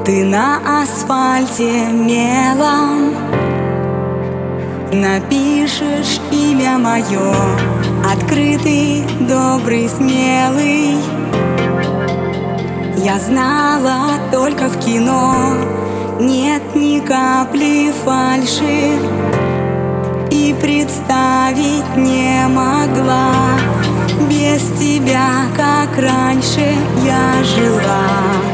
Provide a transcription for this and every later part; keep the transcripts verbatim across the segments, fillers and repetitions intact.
Ты на асфальте мелом напишешь имя мое, открытый, добрый, смелый. Я знала только в кино, нет ни капли фальши, и представить не могла без тебя, как раньше я жила.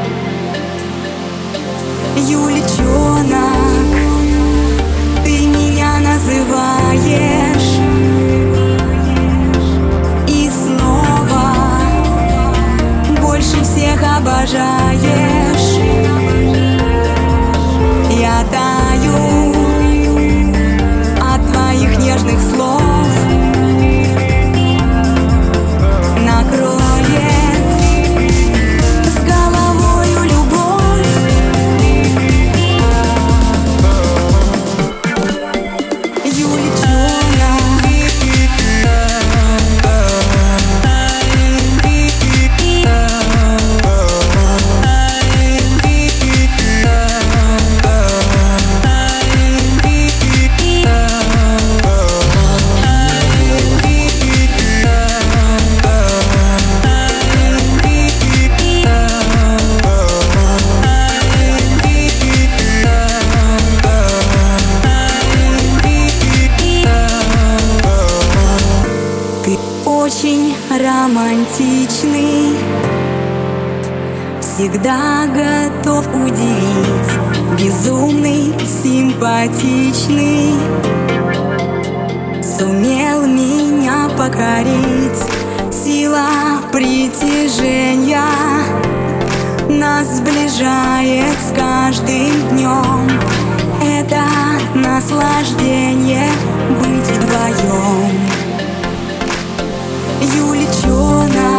Юличонок, ты меня называешь, и снова больше всех обожаешь. Я таю от твоих нежных слов, накроет с головою любовь. Юличонок, очень романтичный, всегда готов удивить, безумный, симпатичный, сумел меня покорить. Сила притяжения нас сближает с каждым днем. Это наслаждение быть вдвоем. Юличонок,